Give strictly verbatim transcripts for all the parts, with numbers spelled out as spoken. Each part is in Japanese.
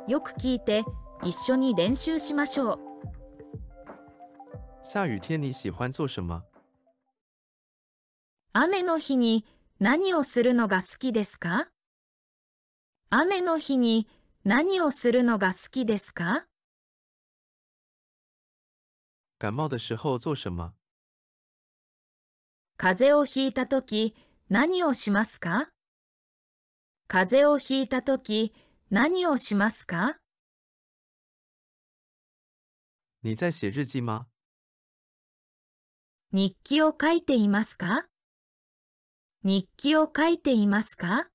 よく聞いて、一緒に練習しましょう。 下雨天你喜欢做什么？ 雨の日に何をするのが好きですか？雨の日に何をするのが好きですか？ 感冒的时候做什么？ 風邪をひいたとき何をしますか？風邪をひいたとき何をしますか？ 你在写日记吗？ 日記を書いていますか？日記を書いていますか？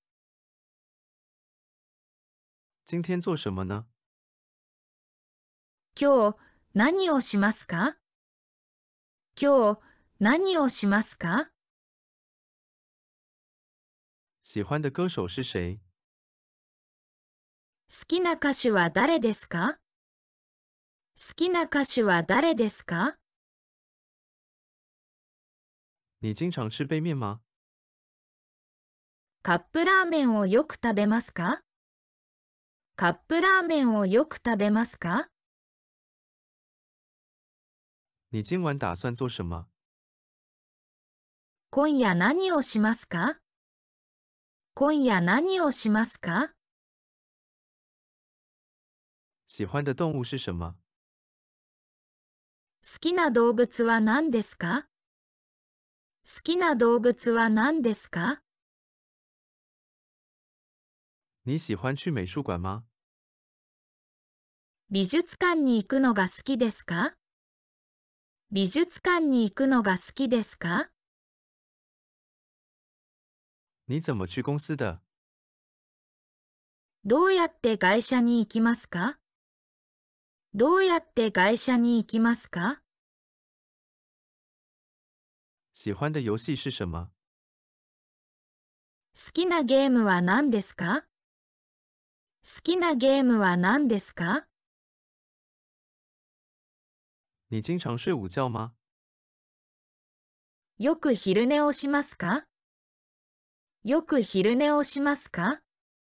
今天做什么呢？ 今日何をしますか？今日何をしますか？ 喜欢的歌手是谁？ 好きな歌手は誰ですか？好きな歌手は誰ですか？ 你经常吃杯面吗？ カップラーメンをよく食べますか？カップラーメンをよく食べますか？ 你今晚打算做什么？ 今夜何をしますか？今夜何をしますか？ 喜欢的动物是什么？ 好きな動物は何ですか？好きな動物は何ですか？ 你喜欢去美术馆吗？ 美術館に行くのが好きですか？美術館に行くのが好きですか？ 你怎么去公司的？ どうやって会社に行きますか？どうやって会社に行きますか？ 喜欢的游戏是什么？ 好きなゲームは何ですか？好きなゲームは何ですか？ 你经常睡午觉吗？ よく昼寝をしますか？よく昼寝をしますか？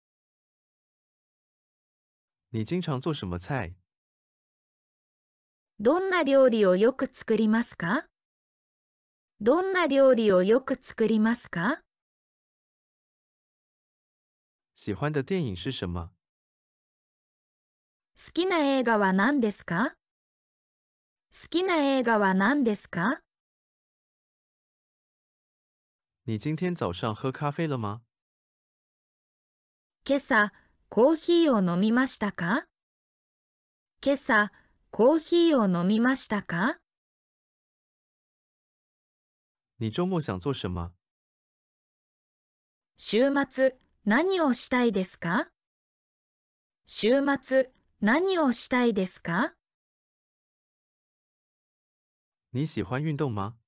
你经常做什么菜？ どんな料理をよく作りますか？どんな料理をよく作りますか？ 喜欢的电影是什么？ 好きな映画は何ですか？好きな映画は何ですか？ 你今天早上喝咖啡了吗？ 今朝、コーヒーを飲みましたか？今朝、コーヒーを飲みましたか？ 你周末想做什么？ 週末、何をしたいですか？週末、何をしたいですか？ 你喜欢运动吗？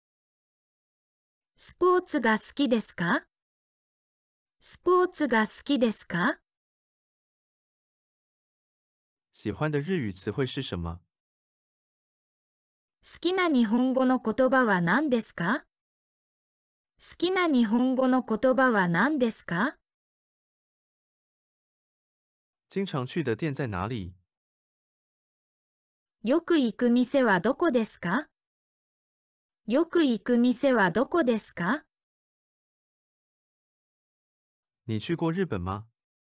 スポーツが好きですか？スポーツが好きですか？ 喜欢的日语词汇是什么？ 好きな日本語の言葉は何ですか？好きな日本語の言葉は何ですか？ 经常去的店在哪里？ よく行く店はどこですか？よく行く店はどこですか？ 你去过日本吗？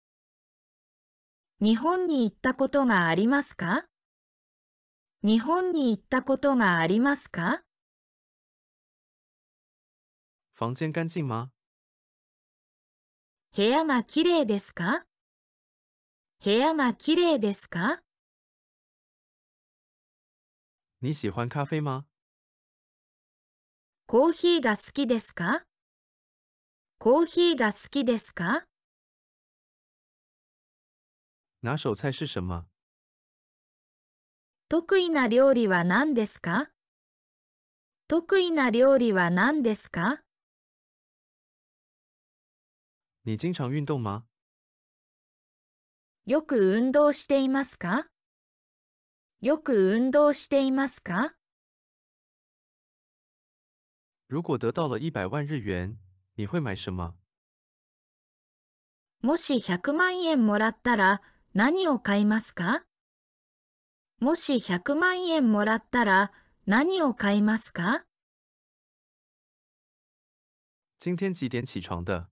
日本に行ったことがありますか？日本に行ったことがありますか？ 房间干净吗？ 部屋がきれいですか？部屋がきれいですか？ 你喜欢咖啡吗？ コーヒーが好きですか？コーヒーが好きですか？ 拿手菜是什么？ 得意な料理は何ですか？得意な料理は何ですか？ 你经常运动吗？ よく運動していますか？よく運動していますか？ 如果得到了一百万日元，你会买什么？ もしひゃくまんえんもらったら何を買いますか？もしひゃくまん円もらったら何を買いますか？ 今天几点起床的？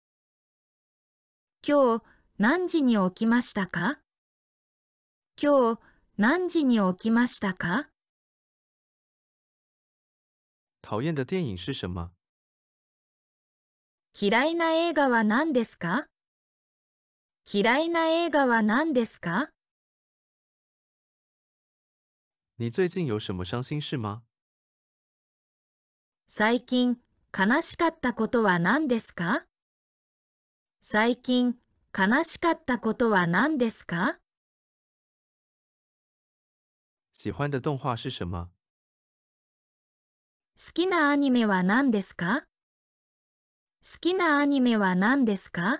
今日何時に起きましたか？今日何時に起きましたか？ 讨厌的电影是什么？ 嫌いな映画は何ですか？嫌いな映画は何ですか？ 你最近有什么伤心事吗？ 最近悲しかったことは何ですか？最近悲しかったことは何ですか？ 喜欢的动画是什么？ 好きなアニメは何ですか？好きなアニメは何ですか？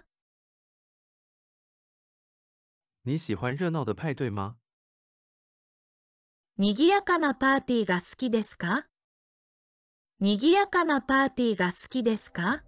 你喜欢热闹的派对吗？ にぎやかなパーティーが好きですか？にぎやかなパーティーが好きですか？